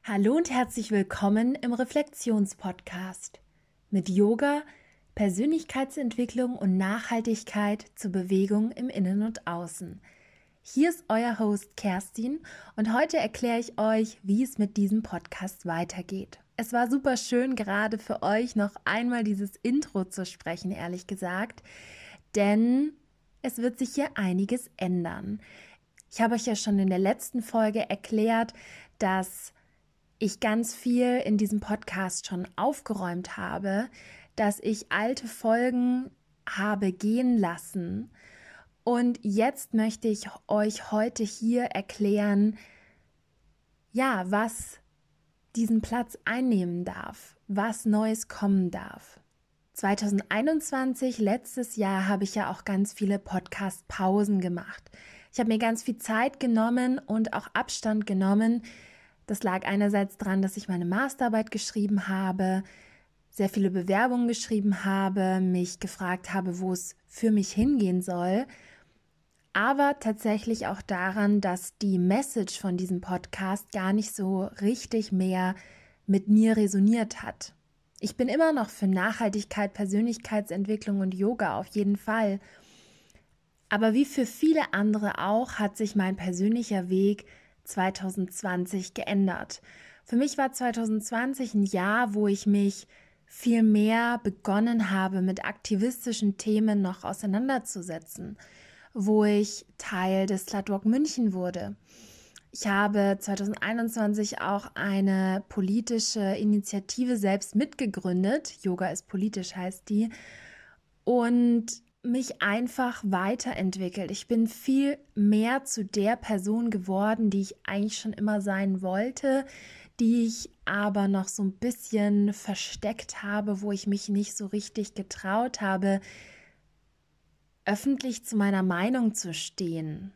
Hallo und herzlich willkommen im Reflexionspodcast mit Yoga, Persönlichkeitsentwicklung und Nachhaltigkeit zur Bewegung im Innen und Außen. Hier ist euer Host Kerstin und heute erkläre ich euch, wie es mit diesem Podcast weitergeht. Es war super schön, gerade für euch noch einmal dieses Intro zu sprechen, ehrlich gesagt, denn es wird sich hier einiges ändern. Ich habe euch ja schon in der letzten Folge erklärt, dass ich ganz viel in diesem Podcast schon aufgeräumt habe, dass ich alte Folgen habe gehen lassen. Und jetzt möchte ich euch heute hier erklären, ja, was diesen Platz einnehmen darf, was Neues kommen darf. 2021, letztes Jahr, habe ich ja auch ganz viele Podcast-Pausen gemacht. Ich habe mir ganz viel Zeit genommen und auch Abstand genommen. Das lag einerseits daran, dass ich meine Masterarbeit geschrieben habe, sehr viele Bewerbungen geschrieben habe, mich gefragt habe, wo es für mich hingehen soll, aber tatsächlich auch daran, dass die Message von diesem Podcast gar nicht so richtig mehr mit mir resoniert hat. Ich bin immer noch für Nachhaltigkeit, Persönlichkeitsentwicklung und Yoga auf jeden Fall. Aber wie für viele andere auch, hat sich mein persönlicher Weg 2020 geändert. Für mich war 2020 ein Jahr, wo ich mich viel mehr begonnen habe, mit aktivistischen Themen noch auseinanderzusetzen, wo ich Teil des Slutwalk München wurde. Ich habe 2021 auch eine politische Initiative selbst mitgegründet. Yoga ist politisch heißt die. Und mich einfach weiterentwickelt. Ich bin viel mehr zu der Person geworden, die ich eigentlich schon immer sein wollte, die ich aber noch so ein bisschen versteckt habe, wo ich mich nicht so richtig getraut habe, öffentlich zu meiner Meinung zu stehen.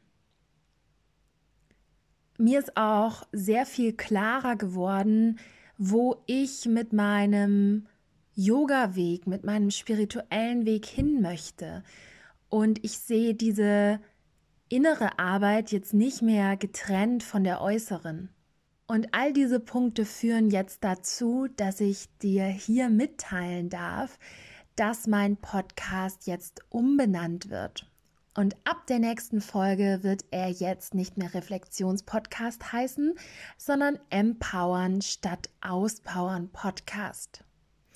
Mir ist auch sehr viel klarer geworden, wo ich mit meinem Yoga-Weg, mit meinem spirituellen Weg hin möchte. Und ich sehe diese innere Arbeit jetzt nicht mehr getrennt von der äußeren. Und all diese Punkte führen jetzt dazu, dass ich dir hier mitteilen darf, dass mein Podcast jetzt umbenannt wird. Und ab der nächsten Folge wird er jetzt nicht mehr Reflexionspodcast heißen, sondern Empowern statt Auspowern Podcast.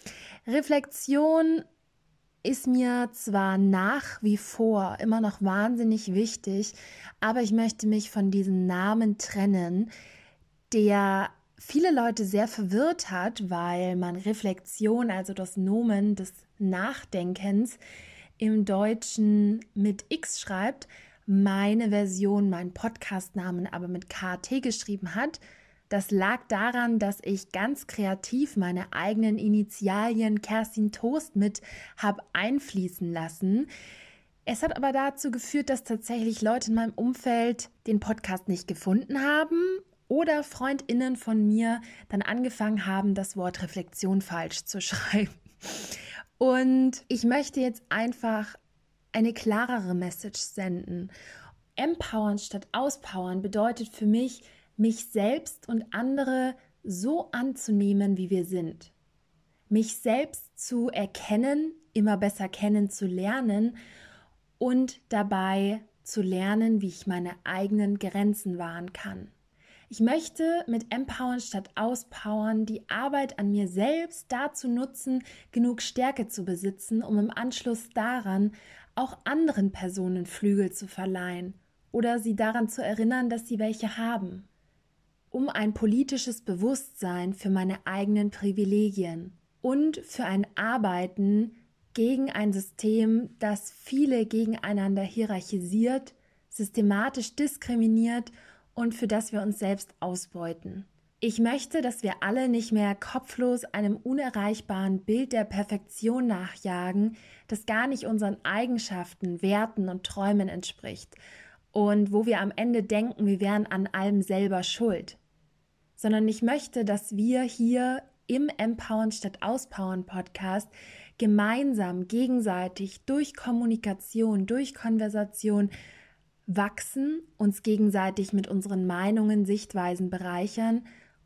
Reflexion ist mir zwar nach wie vor immer noch wahnsinnig wichtig, aber ich möchte mich von diesem Namen trennen, der viele Leute sehr verwirrt hat, weil man Reflexion, also das Nomen des Nachdenkens, im Deutschen mit X schreibt, meine Version, meinen Podcastnamen aber mit KT geschrieben hat. Das lag daran, dass ich ganz kreativ meine eigenen Initialien Kerstin Toast mit habe einfließen lassen. Es hat aber dazu geführt, dass tatsächlich Leute in meinem Umfeld den Podcast nicht gefunden haben oder FreundInnen von mir dann angefangen haben, das Wort Reflexion falsch zu schreiben. Und ich möchte jetzt einfach eine klarere Message senden. Empowern statt auspowern bedeutet für mich selbst und andere so anzunehmen, wie wir sind. Mich selbst zu erkennen, immer besser kennenzulernen und dabei zu lernen, wie ich meine eigenen Grenzen wahren kann. Ich möchte mit Empowern statt Auspowern die Arbeit an mir selbst dazu nutzen, genug Stärke zu besitzen, um im Anschluss daran auch anderen Personen Flügel zu verleihen oder sie daran zu erinnern, dass sie welche haben. Um ein politisches Bewusstsein für meine eigenen Privilegien und für ein Arbeiten gegen ein System, das viele gegeneinander hierarchisiert, systematisch diskriminiert und für das wir uns selbst ausbeuten. Ich möchte, dass wir alle nicht mehr kopflos einem unerreichbaren Bild der Perfektion nachjagen, das gar nicht unseren Eigenschaften, Werten und Träumen entspricht und wo wir am Ende denken, wir wären an allem selber schuld. Sondern ich möchte, dass wir hier im Empowern statt Auspowern Podcast gemeinsam, gegenseitig durch Kommunikation, durch Konversation wachsen, uns gegenseitig mit unseren Meinungen, Sichtweisen bereichern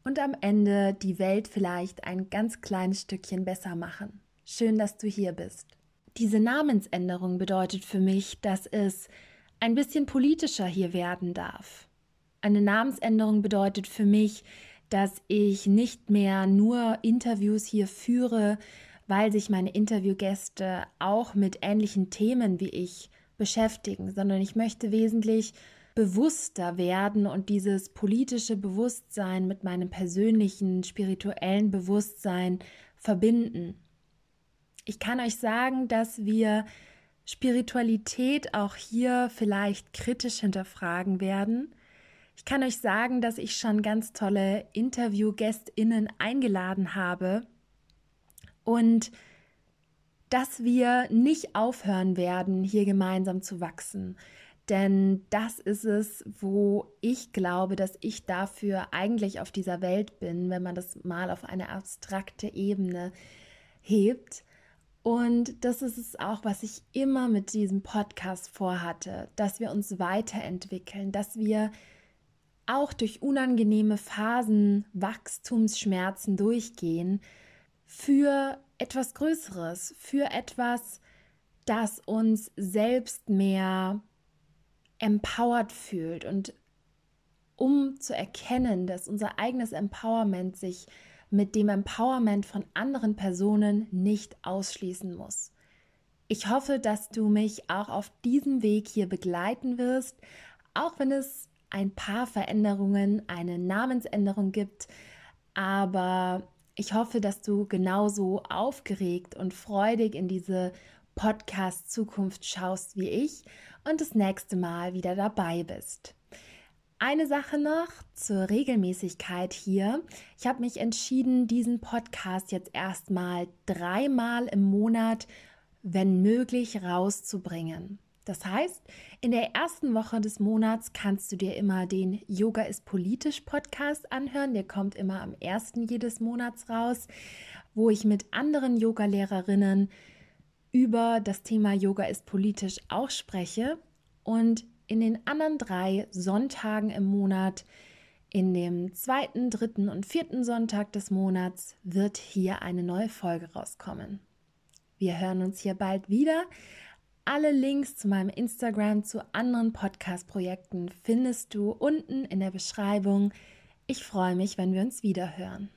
und am Ende die Welt vielleicht ein ganz kleines Stückchen besser machen. Schön, dass du hier bist. Diese Namensänderung bedeutet für mich, dass es ein bisschen politischer hier werden darf. Eine Namensänderung bedeutet für mich, dass ich nicht mehr nur Interviews hier führe, weil sich meine Interviewgäste auch mit ähnlichen Themen wie ich beschäftigen, sondern ich möchte wesentlich bewusster werden und dieses politische Bewusstsein mit meinem persönlichen, spirituellen Bewusstsein verbinden. Ich kann euch sagen, dass wir Spiritualität auch hier vielleicht kritisch hinterfragen werden. Ich kann euch sagen, dass ich schon ganz tolle InterviewgästInnen eingeladen habe und dass wir nicht aufhören werden, hier gemeinsam zu wachsen. Denn das ist es, wo ich glaube, dass ich dafür eigentlich auf dieser Welt bin, wenn man das mal auf eine abstrakte Ebene hebt. Und das ist es auch, was ich immer mit diesem Podcast vorhatte, dass wir uns weiterentwickeln, dass wir auch durch unangenehme Phasen, Wachstumsschmerzen durchgehen für etwas Größeres, für etwas, das uns selbst mehr empowered fühlt und um zu erkennen, dass unser eigenes Empowerment sich mit dem Empowerment von anderen Personen nicht ausschließen muss. Ich hoffe, dass du mich auch auf diesem Weg hier begleiten wirst, auch wenn es ein paar Veränderungen, eine Namensänderung gibt, aber ich hoffe, dass du genauso aufgeregt und freudig in diese Podcast-Zukunft schaust wie ich und das nächste Mal wieder dabei bist. Eine Sache noch zur Regelmäßigkeit hier. Ich habe mich entschieden, diesen Podcast jetzt erstmal 3-mal im Monat, wenn möglich, rauszubringen. Das heißt, in der ersten Woche des Monats kannst du dir immer den Yoga ist politisch Podcast anhören. Der kommt immer am 1. jedes Monats raus, wo ich mit anderen Yogalehrerinnen über das Thema Yoga ist politisch auch spreche. Und in den anderen 3 Sonntagen im Monat, in dem 2., 3. und 4. Sonntag des Monats, wird hier eine neue Folge rauskommen. Wir hören uns hier bald wieder. Alle Links zu meinem Instagram, zu anderen Podcast-Projekten findest du unten in der Beschreibung. Ich freue mich, wenn wir uns wieder hören.